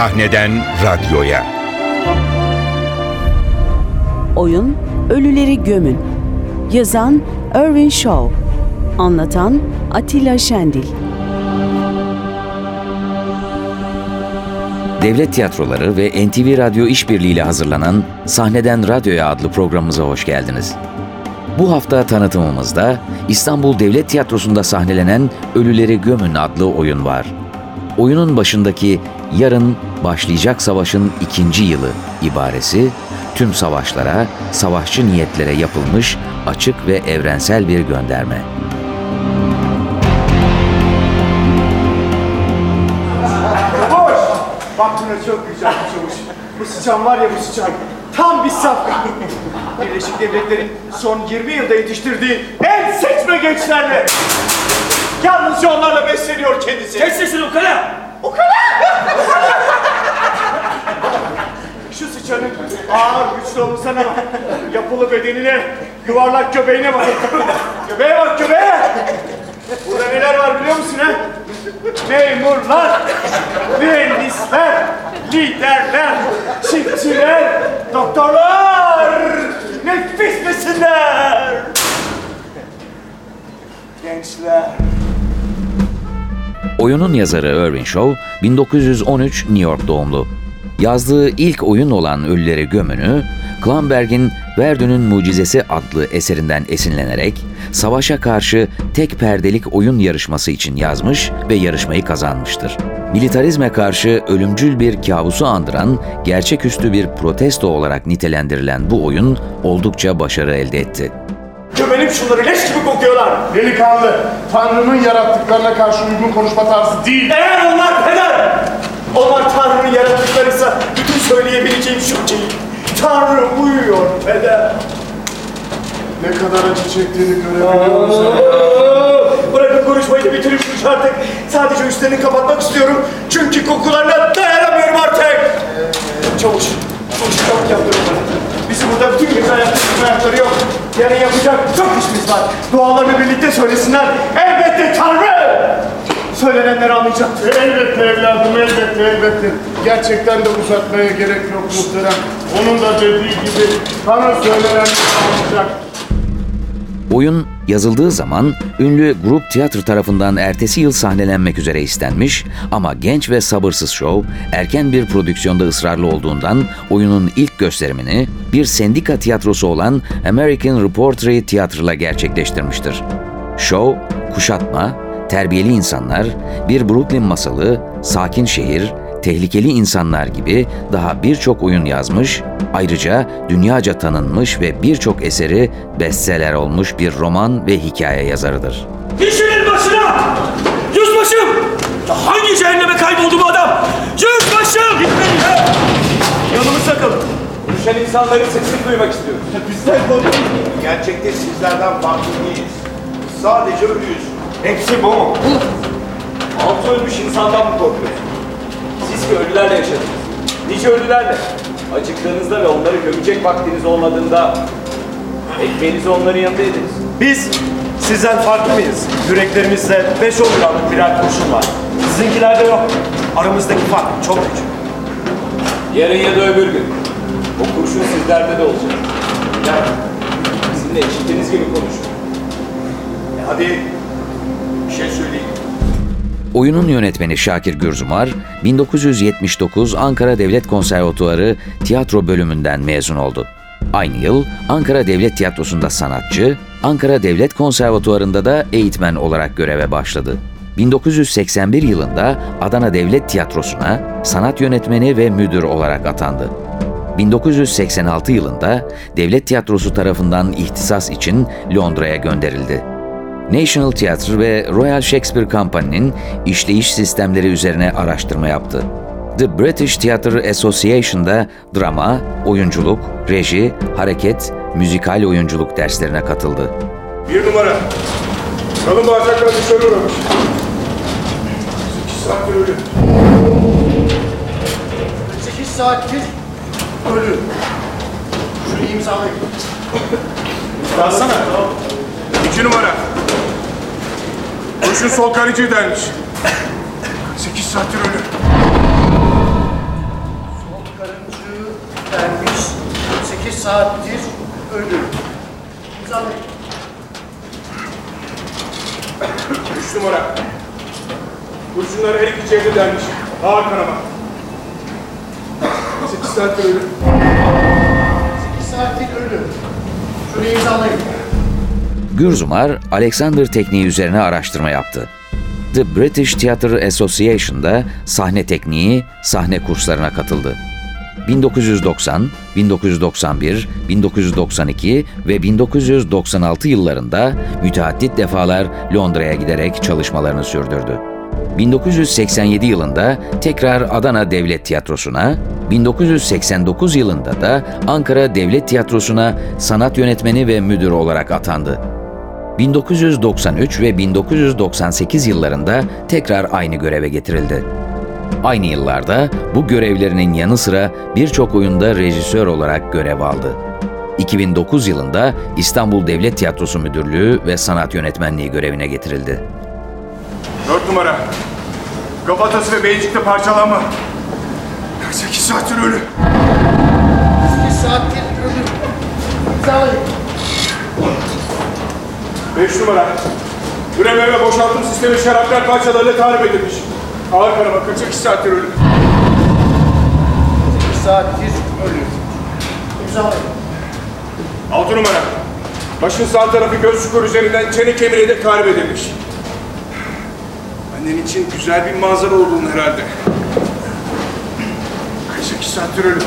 Sahneden radyoya. Oyun Ölüleri Gömün. Yazan Irving Shaw. Anlatan Atilla Şendil. Devlet Tiyatroları ve NTV Radyo işbirliğiyle hazırlanan Sahneden Radyoya adlı programımıza hoş geldiniz. Bu hafta tanıtımımızda İstanbul Devlet Tiyatrosu'nda sahnelenen Ölüleri Gömün adlı oyun var. Oyunun başındaki "Yarın başlayacak savaşın 2. yılı" ibaresi, tüm savaşlara, savaşçı niyetlere yapılmış açık ve evrensel bir gönderme. Baktığına çok güzel bir çavuş. Bu sıçan var ya, bu sıçan. Tam bir safkan. Birleşik Devletler'in son 20 yılda yetiştirdiği en seçme gençlerle. Yalnızca onlarla besleniyor kendisi. Kes sesini ukala! Şu sıçanın ağır güçlü olmasına bak. Yapılı bedenine, yuvarlak göbeğine bak. Göbeğe bak, göbeğe! Burada neler var biliyor musun ha? Memurlar, mühendisler, liderler, çiftçiler, doktorlar! Nefis misinler? Gençler. Oyunun yazarı Irving Shaw, 1913 New York doğumlu. Yazdığı ilk oyun olan Ölüleri Gömün'ü, Klamberg'in Verdun'un Mucizesi adlı eserinden esinlenerek savaşa karşı tek perdelik oyun yarışması için yazmış ve yarışmayı kazanmıştır. Militarizme karşı ölümcül bir kabusu andıran gerçeküstü bir protesto olarak nitelendirilen bu oyun oldukça başarı elde etti. Gömelim şunları, leş gibi kokuyorlar. Delikanlı, Tanrı'nın yarattıklarına karşı uygun konuşma tarzı değil. Eğer onlar peder, onlar Tanrı'nın yarattıklarıysa bütün söyleyebileceğim şu ki Tanrı uyuyor peder. Ne kadar acı çektiğini görebiliyor musun? Bırakın konuşmayı da bitirin şu artık. Sadece üstlerini kapatmak istiyorum. Çünkü kokularına dayanamıyorum artık. Çavuş çabuk yaptırın bana. Bizi burada bütün gece ayakları yok. Yarın yapacak çok işimiz var. Dualarını birlikte söylesinler. Elbette Tanrı söylenenleri anlayacaktır. Elbette evladım, elbette. Gerçekten de uzatmaya gerek yok muhterem. Onun da dediği gibi Tanrı söylenenleri anlayacak. Oyun yazıldığı zaman ünlü grup tiyatro tarafından ertesi yıl sahnelenmek üzere istenmiş ama genç ve sabırsız Shaw erken bir prodüksiyonda ısrarlı olduğundan oyunun ilk gösterimini bir sendika tiyatrosu olan American Repertory Theatre'la gerçekleştirmiştir. Shaw, kuşatma, terbiyeli insanlar, bir Brooklyn masalı, sakin şehir, tehlikeli insanlar gibi daha birçok oyun yazmış, ayrıca dünyaca tanınmış ve birçok eseri bestseller olmuş bir roman ve hikaye yazarıdır. İşinin başına! Yüzbaşım! Hangi cehenneme kayboldu bu adam? Yüzbaşım! Gitmeyin ha! Yanımızda kalın. Düşen insanların sesini duymak istiyoruz. Bizden korkmayın. Gerçekte sizlerden farklı değiliz. Biz sadece ölüyüz. Hepsi bu mu? Altı ölmüş insandan mı korkuyorsunuz? Siz ki ölülerle yaşadınız. Nice ölülerle. Acıktığınızda ve onları gömecek vaktiniz olmadığında ekmeğinizi onların yanında yediniz. Biz sizden farklı mıyız? Yüreklerimizde 5 gramlık birer kurşun var. Sizinkilerde yok. Aramızdaki fark çok küçük. Yarın ya da öbür gün o kurşun sizlerde de olacak. Yani sizinle eşittiğiniz gibi konuşun. Hadi bir şey söyleyin. Oyunun yönetmeni Şakir Gürzumar, 1979 Ankara Devlet Konservatuarı tiyatro bölümünden mezun oldu. Aynı yıl Ankara Devlet Tiyatrosu'nda sanatçı, Ankara Devlet Konservatuarı'nda da eğitmen olarak göreve başladı. 1981 yılında Adana Devlet Tiyatrosu'na sanat yönetmeni ve müdür olarak atandı. 1986 yılında Devlet Tiyatrosu tarafından ihtisas için Londra'ya gönderildi. National Theatre ve Royal Shakespeare Company'nin işleyiş sistemleri üzerine araştırma yaptı. The British Theatre Association'da drama, oyunculuk, reji, hareket, müzikal oyunculuk derslerine katıldı. 1 numara. Kalın bağırsaklar dışarı uğramış. 8 saattir ölü. 8 saattir ölü. Şunu imzalayın. Baksana. 2 numara. Kurşun sol karaciğer delmiş. 8 saattir ölü. ışığı vermiş. 8 saattir ölü. İmzalayın. 3 numara. Kurşunlar her iki cebde denmiş. Ağır kanama. 8 saattir ölü. 8 saattir ölü. Şurayı imzalayın. Gürzumar, Alexander tekniği üzerine araştırma yaptı. The British Theatre Association'da sahne tekniği, sahne kurslarına katıldı. 1990, 1991, 1992 ve 1996 yıllarında müteaddit defalar Londra'ya giderek çalışmalarını sürdürdü. 1987 yılında tekrar Adana Devlet Tiyatrosu'na, 1989 yılında da Ankara Devlet Tiyatrosu'na sanat yönetmeni ve müdür olarak atandı. 1993 ve 1998 yıllarında tekrar aynı göreve getirildi. Aynı yıllarda bu görevlerinin yanı sıra birçok oyunda rejisör olarak görev aldı. 2009 yılında İstanbul Devlet Tiyatrosu Müdürlüğü ve Sanat Yönetmenliği görevine getirildi. 4 numara. Kafatası ve beyincikte parçalanma. 8 saattir ölü. 8 saattir ölü. İmzalayın. 5 numara. Üreme ve boşaltım sistemi şaraplar parçalarıyla tahrip edilmiş. Ağır kanama 48 saattir ölü. 8 saattir ölü. İmzalayın. 6 numara. Başın sağ tarafı göz çukur üzerinden çene kemiğine de tahrip edilmiş. Annen için güzel bir manzara olduğunu herhalde. 48 saattir ölü.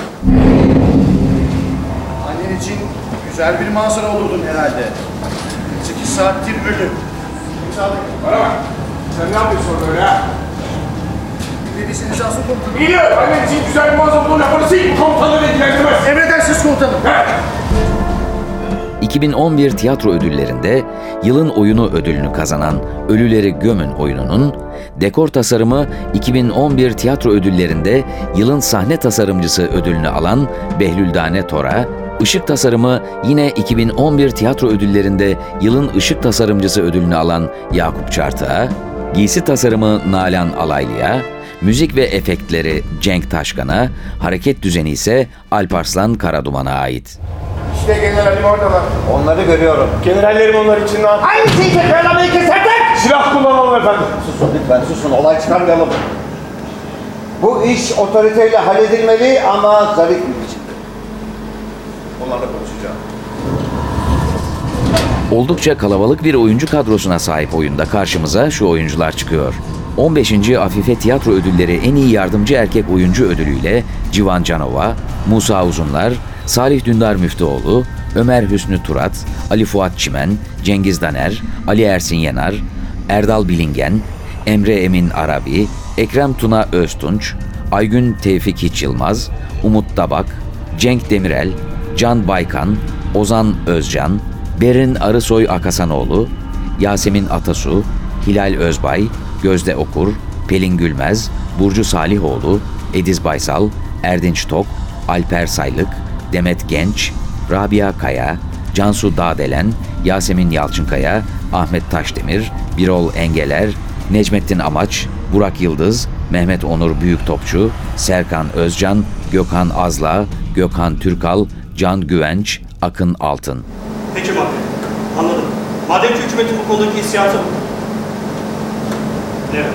Annen için güzel bir manzara olurdun herhalde. 8 saattir ölü. İmzalayın. Bana bak. Sen ne yapıyorsun orada öyle ha? Dediyseniz asıl komutanım. Biliyorum. Annen için güzel bir manzara olduğunu lafını sil. Komutanlığı ilgilendirmez. Emredersiniz komutanım. 2011 tiyatro ödüllerinde yılın oyunu ödülünü kazanan Ölüleri Gömün oyununun, dekor tasarımı 2011 tiyatro ödüllerinde yılın sahne tasarımcısı ödülünü alan Behlül Dane Tor'a, ışık tasarımı yine 2011 tiyatro ödüllerinde yılın ışık tasarımcısı ödülünü alan Yakup Çartık'a, giysi tasarımı Nalan Alaylı'ya, müzik ve efektleri Cenk Taşkan'a, hareket düzeni ise Alparslan Karaduman'a ait. İşte generalim oradalar. Onları görüyorum. Generallerim onlar için ne yapıyor? Aynı şeyi tekrarlamayı keserdik! Silah kullanalım efendim. Susun lütfen, susun. Olay çıkarmayalım. Bu iş otoriteyle halledilmeli ama zarif bir biçimde. Onlarla konuşacağım. Oldukça kalabalık bir oyuncu kadrosuna sahip oyunda karşımıza şu oyuncular çıkıyor. 15. Afife Tiyatro Ödülleri en iyi yardımcı erkek oyuncu ödülüyle Civan Canova, Musa Uzunlar, Salih Dündar Müftüoğlu, Ömer Hüsnü Turat, Ali Fuat Çimen, Cengiz Daner, Ali Ersin Yenar, Erdal Bilingen, Emre Emin Arabi, Ekrem Tuna Öztunç, Aygün Tevfik Hiç Yılmaz, Umut Dabak, Cenk Demirel, Can Baykan, Ozan Özcan, Berin Arısoy Akasanoğlu, Yasemin Atasu, Hilal Özbay, Gözde Okur, Pelin Gülmez, Burcu Salihoğlu, Ediz Baysal, Erdinç Tok, Alper Saylık, Demet Genç, Rabia Kaya, Cansu Dağdelen, Yasemin Yalçınkaya, Ahmet Taşdemir, Birol Engeler, Necmettin Amaç, Burak Yıldız, Mehmet Onur Büyüktopçu, Serkan Özcan, Gökhan Azla, Gökhan Türkal, Can Güvenç, Akın Altın. Peki madem. Anladım. Madem ki hükümetin bu konudaki hissiyatı... Evet.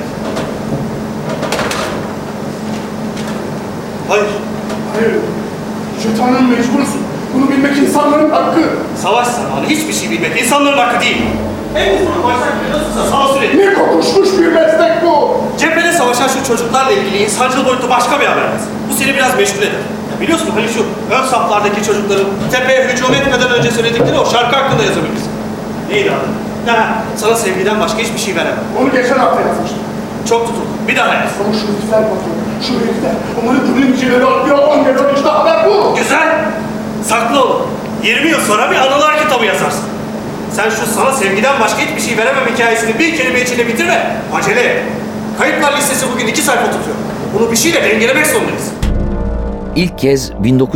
Hayır. Hayır. Şeytanın mecbursun. Bunu bilmek insanların hakkı. Savaş zamanı hiçbir şey bilmek insanların hakkı değil. En uzun başlar bile nasılsa sağ sürekli. Ne kokuşmuş bir meslek bu. Cephede savaşan şu çocuklarla ilgili insancıl boyutu başka bir haber. Bu seni biraz meşgul eder. Ya biliyorsun hani şu ön saflardaki çocukların tepeye hücum etmeden önce söyledikleri o şarkı hakkında yazabilirsin. Neydi adı? Ha, sana sevgiden başka hiçbir şey veremem. Onu geçen hafta yazmıştım. Çok tutuldu. Bir daha yaz. Ama şu herifler patronu. Şu herifler. Onları dinlemeyicileri alıp bir alan geliyor. İşte haber bu. Güzel. Saklı olun. 20 yıl sonra bir anılar kitabı yazarsın. Sen şu sana sevgiden başka hiçbir şey veremem hikayesini bir kelime içinde bitirme. Acele et. Kayıplar listesi bugün 2 sayfa tutuyor. Bunu bir şeyle dengelemek zorundayız. İlk kez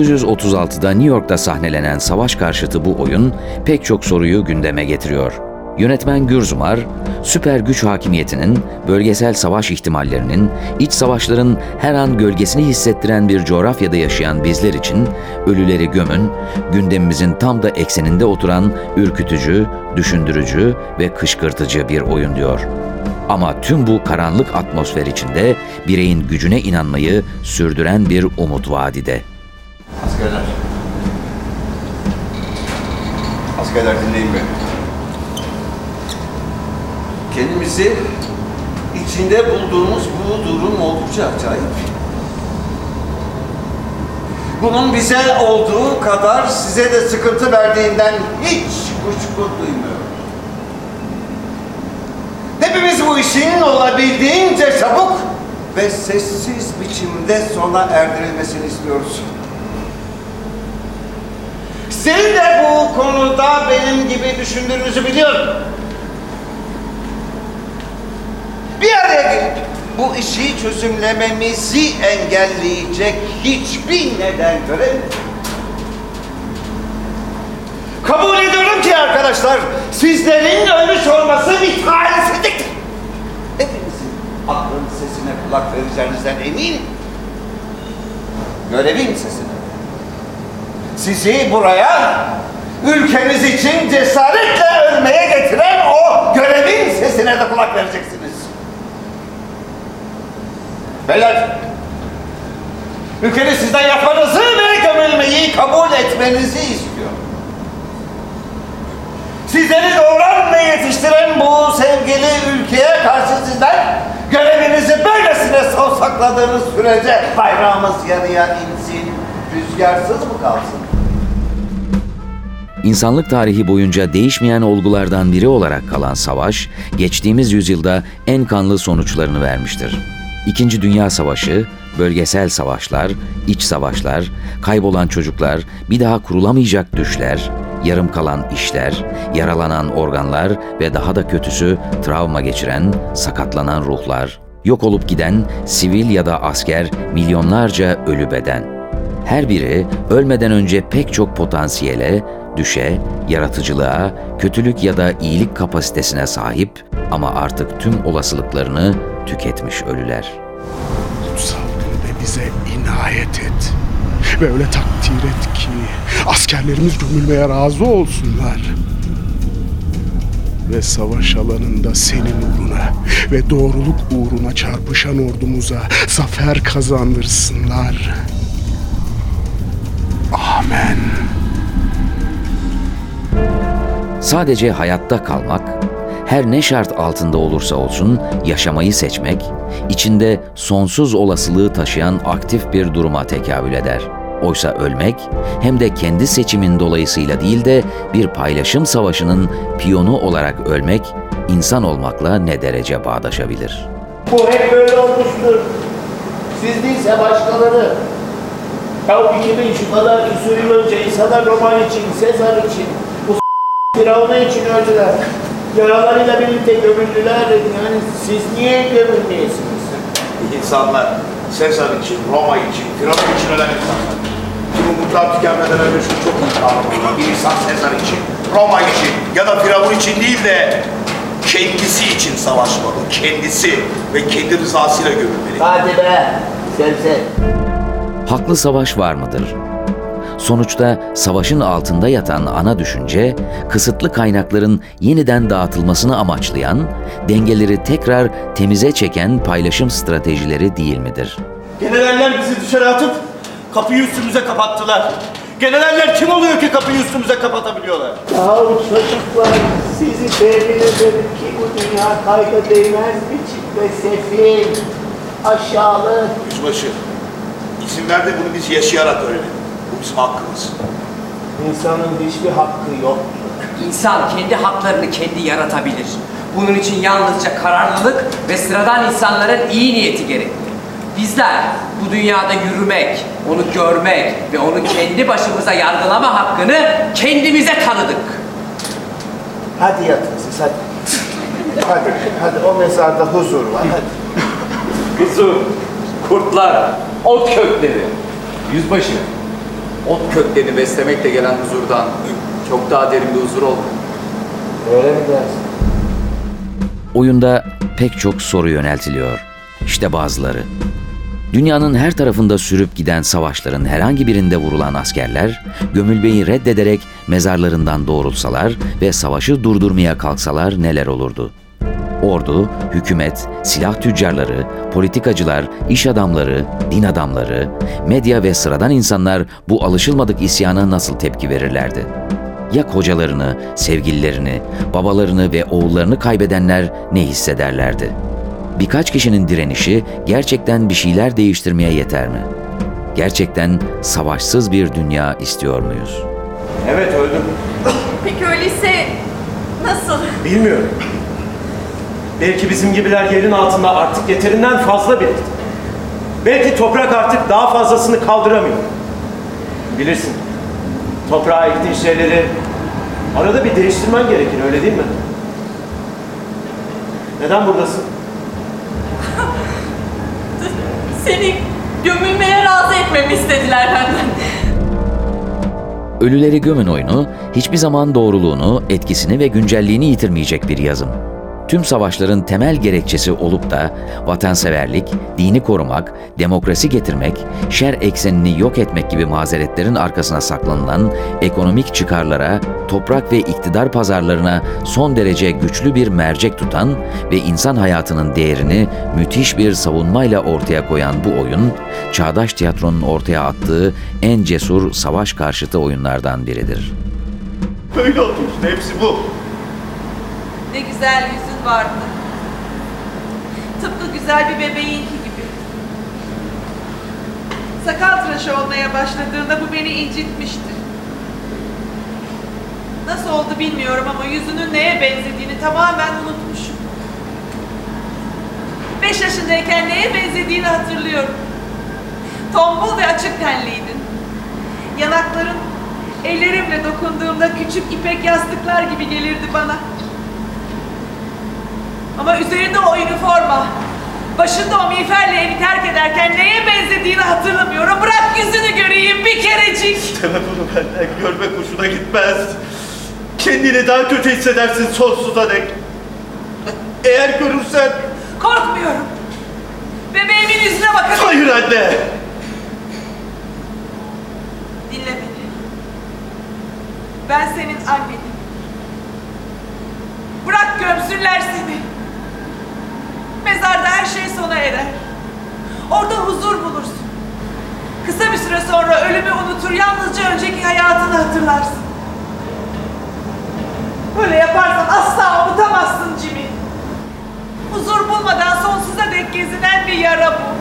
1936'da New York'ta sahnelenen savaş karşıtı bu oyun pek çok soruyu gündeme getiriyor. Yönetmen Gürzumar, süper güç hakimiyetinin, bölgesel savaş ihtimallerinin, iç savaşların her an gölgesini hissettiren bir coğrafyada yaşayan bizler için Ölüleri Gömün, gündemimizin tam da ekseninde oturan ürkütücü, düşündürücü ve kışkırtıcı bir oyun diyor. Ama tüm bu karanlık atmosfer içinde bireyin gücüne inanmayı sürdüren bir umut vadide. Askerler. Askerler dinleyin beni. Kendimizi içinde bulduğumuz bu durum oldukça acayip. Bunun bize olduğu kadar size de sıkıntı verdiğinden hiç kuşku duymuyorum. Hepimiz bu işin olabildiğince çabuk ve sessiz biçimde sona erdirilmesini istiyoruz. Sizin de bu konuda benim gibi düşündüğünüzü biliyorum. Bir araya gelip bu işi çözümlememizi engelleyecek hiçbir neden göremiyorum. Kabul ediyorum ki arkadaşlar, sizlerin ölmüş olması bir talihsizliktir. Hepinizin aklın sesine kulak vereceğinizden eminim. Görevin sesine. Sizi buraya, ülkeniz için cesaretle ölmeye getiren o görevin sesine de kulak vereceksiniz. Beyler, ülkeniz sizden yapmanızı ve gömülmeyi kabul etmenizi istiyor. Sizleri doğuran ve yetiştiren bu sevgili ülkeye karşı sizden görevinizi böylesine savsakladığınız sürece bayrağımız yarıya insin, rüzgarsız mı kalsın? İnsanlık tarihi boyunca değişmeyen olgulardan biri olarak kalan savaş, geçtiğimiz yüzyılda en kanlı sonuçlarını vermiştir. İkinci Dünya Savaşı, bölgesel savaşlar, iç savaşlar, kaybolan çocuklar, bir daha kurulamayacak düşler, yarım kalan işler, yaralanan organlar ve daha da kötüsü travma geçiren, sakatlanan ruhlar, yok olup giden sivil ya da asker milyonlarca ölü beden. Her biri ölmeden önce pek çok potansiyele, düşe, yaratıcılığa, kötülük ya da iyilik kapasitesine sahip ama artık tüm olasılıklarını tüketmiş ölüler. Kutsal günde bize inayet et ve öyle takdir et ki askerlerimiz gömülmeye razı olsunlar. Ve savaş alanında senin uğruna ve doğruluk uğruna çarpışan ordumuza zafer kazandırsınlar. Amen. Sadece hayatta kalmak, her ne şart altında olursa olsun yaşamayı seçmek, içinde sonsuz olasılığı taşıyan aktif bir duruma tekabül eder. Oysa ölmek, hem de kendi seçimin dolayısıyla değil de bir paylaşım savaşının piyonu olarak ölmek, insan olmakla ne derece bağdaşabilir? Bu hep böyle olmuştur. Siz değilse başkaları. Ya 2000 şu kadar küsur yıl önce insanlar Roma için, Sezar için, bu Firavun'a için öldüler. Yaralarıyla birlikte gömüldüler. Yani siz niye gömülmeyesiniz? İnsanlar Sezar için, Roma için, Firavun için ölen insanlar. Tüm umutlar tükenmeden önce şunu çok iyi kavramlar. Bir insan Sezar için, Roma için ya da Firavun için değil de kendisi için savaşmalı. Kendisi ve kendi rızasıyla gömülmeli. Hadi be, sevse. Haklı savaş var mıdır? Sonuçta savaşın altında yatan ana düşünce, kısıtlı kaynakların yeniden dağıtılmasını amaçlayan, dengeleri tekrar temize çeken paylaşım stratejileri değil midir? Generaller bizi dışarı atıp kapıyı üstümüze kapattılar. Generaller kim oluyor ki kapıyı üstümüze kapatabiliyorlar? Yahu çocuklar, sizi temin ederim ki bu dünya kayda değmez biçimde sefil, aşağılık. Yüzbaşı, izin ver de bunu biz yaşayarak öğrenelim. Bu bizim hakkımız. İnsanın hiçbir hakkı yok. İnsan kendi haklarını kendi yaratabilir. Bunun için yalnızca kararlılık ve sıradan insanların iyi niyeti gerekli. Bizler bu dünyada yürümek, onu görmek ve onu kendi başımıza yargılama hakkını kendimize tanıdık. Hadi yatın siz hadi. Hadi o mezarda huzur var hadi. Huzur, kurtlar, ot kökleri. Yüzbaşı, ot köklerini beslemekle gelen huzurdan çok daha derin bir huzur oldu. Öyle mi dersin? Oyunda pek çok soru yöneltiliyor. İşte bazıları. Dünyanın her tarafında sürüp giden savaşların herhangi birinde vurulan askerler, gömülmeyi reddederek mezarlarından doğrulsalar ve savaşı durdurmaya kalksalar neler olurdu? Ordu, hükümet, silah tüccarları, politikacılar, iş adamları, din adamları, medya ve sıradan insanlar bu alışılmadık isyana nasıl tepki verirlerdi? Ya kocalarını, sevgililerini, babalarını ve oğullarını kaybedenler ne hissederlerdi? Birkaç kişinin direnişi gerçekten bir şeyler değiştirmeye yeter mi? Gerçekten savaşsız bir dünya istiyor muyuz? Evet, öldüm. Peki öyleyse nasıl? Bilmiyorum. Belki bizim gibiler yerin altında artık yeterinden fazla birikti. Belki toprak artık daha fazlasını kaldıramıyor. Bilirsin, toprağa ektiğin şeyleri arada bir değiştirmen gerekir, öyle değil mi? Neden buradasın? Seni gömülmeye razı etmemi istediler benden. Ölüleri Gömün oyunu hiçbir zaman doğruluğunu, etkisini ve güncelliğini yitirmeyecek bir yazım. Tüm savaşların temel gerekçesi olup da vatanseverlik, dini korumak, demokrasi getirmek, şer eksenini yok etmek gibi mazeretlerin arkasına saklanılan ekonomik çıkarlara, toprak ve iktidar pazarlarına son derece güçlü bir mercek tutan ve insan hayatının değerini müthiş bir savunmayla ortaya koyan bu oyun, çağdaş tiyatronun ortaya attığı en cesur savaş karşıtı oyunlardan biridir. Böyle oldu işte, hepsi bu. Ne güzel yüzün vardı. Tıpkı güzel bir bebeğinki gibi. Sakal tıraşı olmaya başladığında bu beni incitmişti. Nasıl oldu bilmiyorum ama yüzünün neye benzediğini tamamen unutmuşum. 5 yaşındayken neye benzediğini hatırlıyorum. Tombul ve açık tenliydin. Yanakların ellerimle dokunduğumda küçük ipek yastıklar gibi gelirdi bana. Ama üzerinde o üniforma, başında o miğferle evi terk ederken neye benzediğini hatırlamıyorum. Bırak yüzünü göreyim bir kerecik. Deme bunu benden, görmek hoşuna gitmez. Kendini daha kötü hissedersin sonsuza dek. Eğer görürsen... Korkmuyorum. Bebeğimin yüzüne bakın. Hayır anne. Dinle beni. Ben senin annenim. Bırak gömsünler seni. Mezarda her şey sona erer. Orada huzur bulursun. Kısa bir süre sonra ölümü unutur, yalnızca önceki hayatını hatırlarsın. Böyle yaparsan asla unutamazsın Jimmy. Huzur bulmadan sonsuza dek gezinen bir yara bu.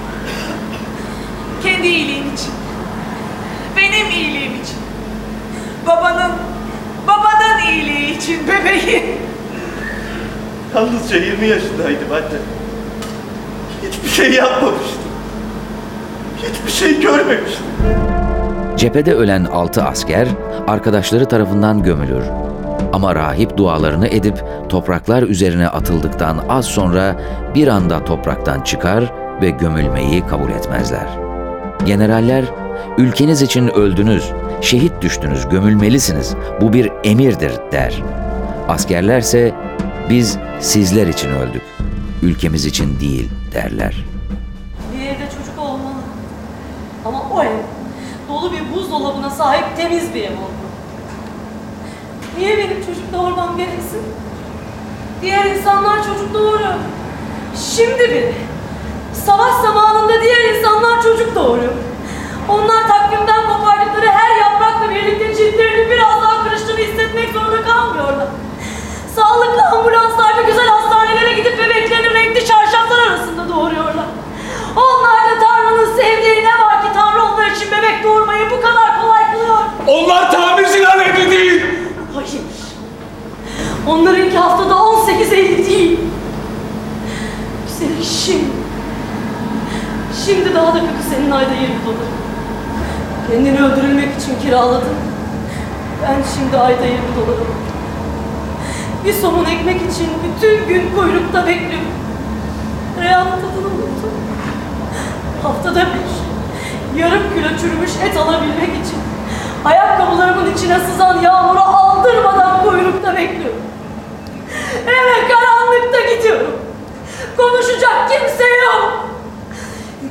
Kendi iyiliğin için. Benim iyiliğim için. Babanın iyiliği için bebeğim. Yalnızca 20 yaşındaydım anne. Hiçbir şey yapmamıştım. Hiçbir şey görmemiştim. Cephede ölen 6 asker arkadaşları tarafından gömülür. Ama rahip dualarını edip topraklar üzerine atıldıktan az sonra bir anda topraktan çıkar ve gömülmeyi kabul etmezler. Generaller, ülkeniz için öldünüz, şehit düştünüz, gömülmelisiniz, bu bir emirdir der. Askerlerse, biz sizler için öldük, ülkemiz için değil derler. Bir evde çocuk olmalı. Ama o ev dolu bir buzdolabına sahip temiz bir ev olmalı. Niye benim çocuk doğurmam gereksin? Diğer insanlar çocuk doğuruyor. Şimdi bile. Savaş zamanında diğer insanlar çocuk doğuruyor. Onlar takvimden kopardıkları her yaprakla birlikte ciltlerinin biraz daha kırıştığını hissetmek zorunda kalmıyorlar. Sağlıklı ambulanslarda güzel hastanelere gidip bebeklerini renkli çarşaflar arasında doğuruyorlar. Onlar da Tanrı'nın sevdiği ne var ki Tanrı onlar için bebek doğurmayı bu kadar kolay kılıyor. Onlar tamirci lanetli değil. Hayır. Onlarınki haftada 18 Eylül değil. Senin şimdi daha da kötü senin ayda 20 dolar. Kendini öldürülmek için kiraladın. Ben şimdi ayda 20 dolarım. Bir somun ekmek için bütün gün kuyrukta bekliyorum. Reyhanın tadını unuttum. Haftada bir yarım kilo çürümüş et alabilmek için ayakkabılarımın içine sızan yağmuru aldırmadan kuyrukta bekliyorum. Eve karanlıkta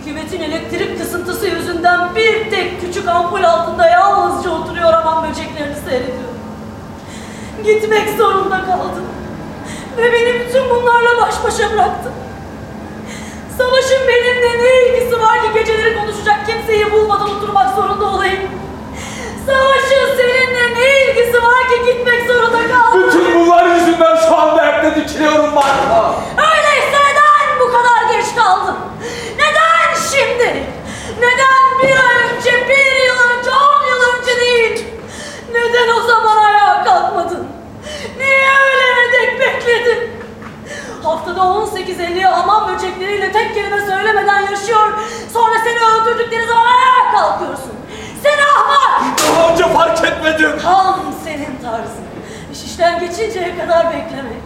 Hükümetin elektrik kısıntısı yüzünden bir tek küçük ampul altında yalnızca oturuyor aman böceklerini seyrediyorum. Gitmek zorunda kaldım. Ve beni bütün bunlarla baş başa bıraktın. Savaşın benimle ne ilgisi var ki geceleri konuşacak kimseyi bulmadan oturmak zorunda olayım? Savaşın seninle ne ilgisi var ki gitmek zorunda kaldım? Bütün bunlar yüzünden şu anda ayakta dikiliyorum Marta. Öyleyse neden bu kadar geç kaldın? Neden şimdi? Neden bir ay önce, bir yıl önce, 10 yıl önce değil? Neden o zaman ayağa kalkmadın? Niye öyle dek bekledin? Haftada 18.50'ye hamam böcekleriyle tek kelime söylemeden yaşıyor. Sonra seni öldürdükleri zaman ayağa kalkıyorsun. Seni ahmak! Daha önce fark etmedim. Tam senin tarzın. İş işten geçinceye kadar beklemek.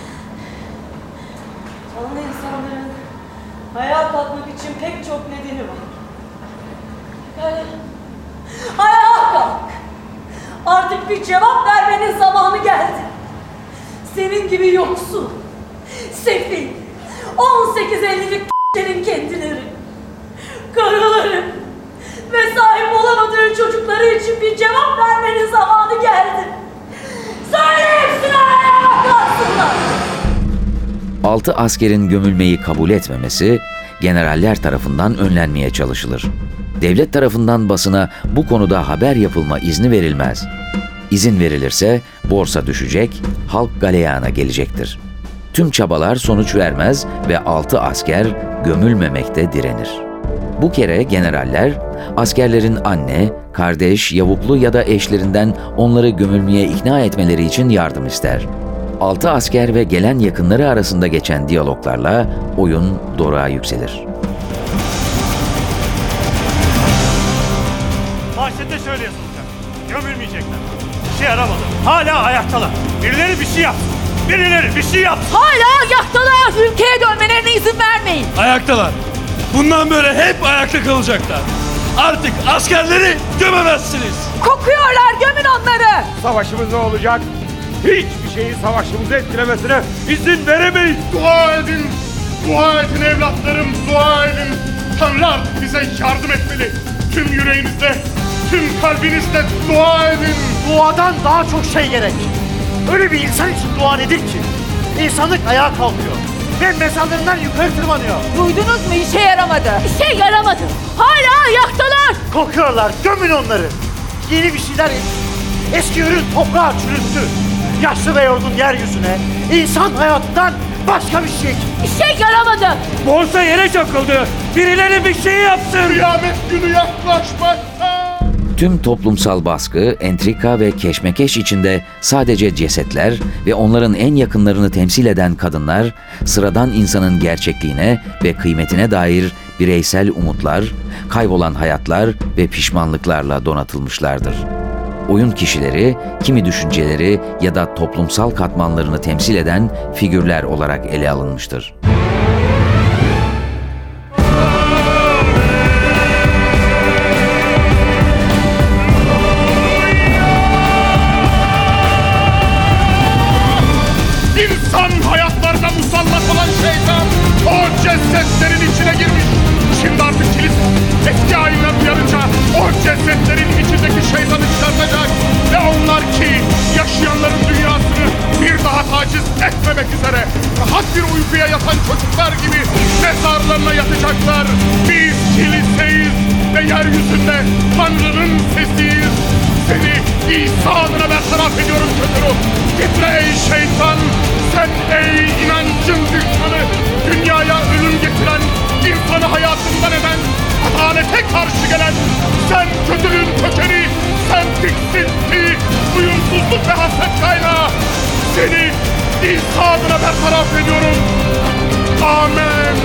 Canlı insanların ayağa kalkmak için pek çok nedeni var. Yani ayağa kalk. Artık bir cevap vermenin zamanı geldi. Senin gibi yoksul, sefil, 18.50'lik senin kendileri, karıları ve sahip olamadığı çocukları için bir cevap vermenin zamanı geldi. Söyle hepsine ayağa kalksınlar. 6 askerin gömülmeyi kabul etmemesi generaller tarafından önlenmeye çalışılır. Devlet tarafından basına bu konuda haber yapılma izni verilmez. İzin verilirse borsa düşecek, halk galeyana gelecektir. Tüm çabalar sonuç vermez ve 6 asker gömülmemekte direnir. Bu kere generaller, askerlerin anne, kardeş, yavuklu ya da eşlerinden onları gömülmeye ikna etmeleri için yardım ister. 6 asker ve gelen yakınları arasında geçen diyaloglarla oyun doruğa yükselir. Manşette şöyle yazılacak. Gömülmeyecekler. İşe yaramadı. Hala ayaktalar. Birileri bir şey yapsın. Birileri bir şey yapsın. Hala ayaktalar. Ülkeye dönmelerine izin vermeyin. Ayaktalar. Bundan böyle hep ayakta kalacaklar. Artık askerleri gömemezsiniz. Kokuyorlar, gömün onları. Savaşımız ne olacak? Hiçbir şeyin savaşımızı etkilemesine izin veremeyiz. Dua edin, dua edin evlatlarım, dua edin. Tanrı artık bize yardım etmeli. Tüm yüreğinizle, tüm kalbinizle dua edin. Duadan daha çok şey gerek. Öyle bir insan için dua nedir ki? İnsanlık ayağa kalkıyor ve mezarlarından yukarı tırmanıyor. Duydunuz mu? İşe yaramadı. İşe yaramadı. Hala ayaktalar. Kokuyorlar, gömün onları. Yeni bir şeyler eski ürün toprağa çürüttü. Yaşlı ve yorgun yeryüzüne, insan hayatından başka bir şey. İşe yaramadı. Borsa yere çakıldı. Birileri bir şey yapsın. Kıyamet günü yaklaşmakta. Tüm toplumsal baskı, entrika ve keşmekeş içinde sadece cesetler ve onların en yakınlarını temsil eden kadınlar, sıradan insanın gerçekliğine ve kıymetine dair bireysel umutlar, kaybolan hayatlar ve pişmanlıklarla donatılmışlardır. Oyun kişileri, kimi düşünceleri ya da toplumsal katmanlarını temsil eden figürler olarak ele alınmıştır. İnsan hayatlarına musallat olan şeytan o cesetlerin içine girmiş. Şimdi artık kilis eski ayinler uyarınca o cesetlerin içindeki şeytanı çıkartacak ve onlar ki yaşayanların dünyasını bir daha taciz etmemek üzere rahat bir uykuya yatan çocuklar gibi mezarlarına yatacaklar. Biz kiliseyiz ve yeryüzünde Tanrı'nın sesiyiz. Seni İsa adına bertaraf ediyorum kötü. Gitme ey şeytan, sen ey inancın düşmanı, dünyaya ölüm getiren, insanı hayatından eden, adalete karşı gelen, sen kötülüğün kökeni, sen tiksinti, uyumsuzluk ve haset kaynağı. Seni İsa adına bertaraf ediyorum. Amen.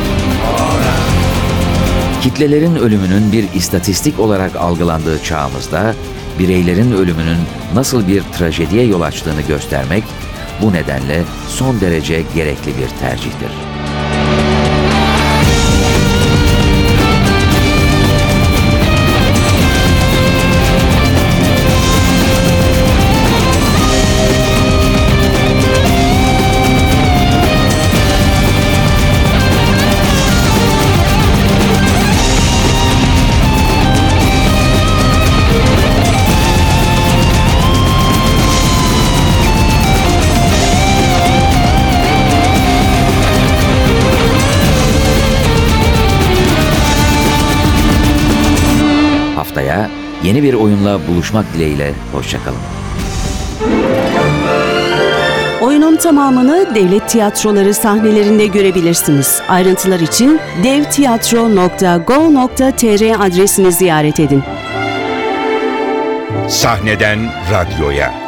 Kitlelerin ölümünün bir istatistik olarak algılandığı çağımızda, bireylerin ölümünün nasıl bir trajediye yol açtığını göstermek, bu nedenle son derece gerekli bir tercihtir. Yeni bir oyunla buluşmak dileğiyle, hoşçakalın. Oyunun tamamını Devlet Tiyatroları sahnelerinde görebilirsiniz. Ayrıntılar için devtiyatro.go.tr adresini ziyaret edin. Sahneden radyoya.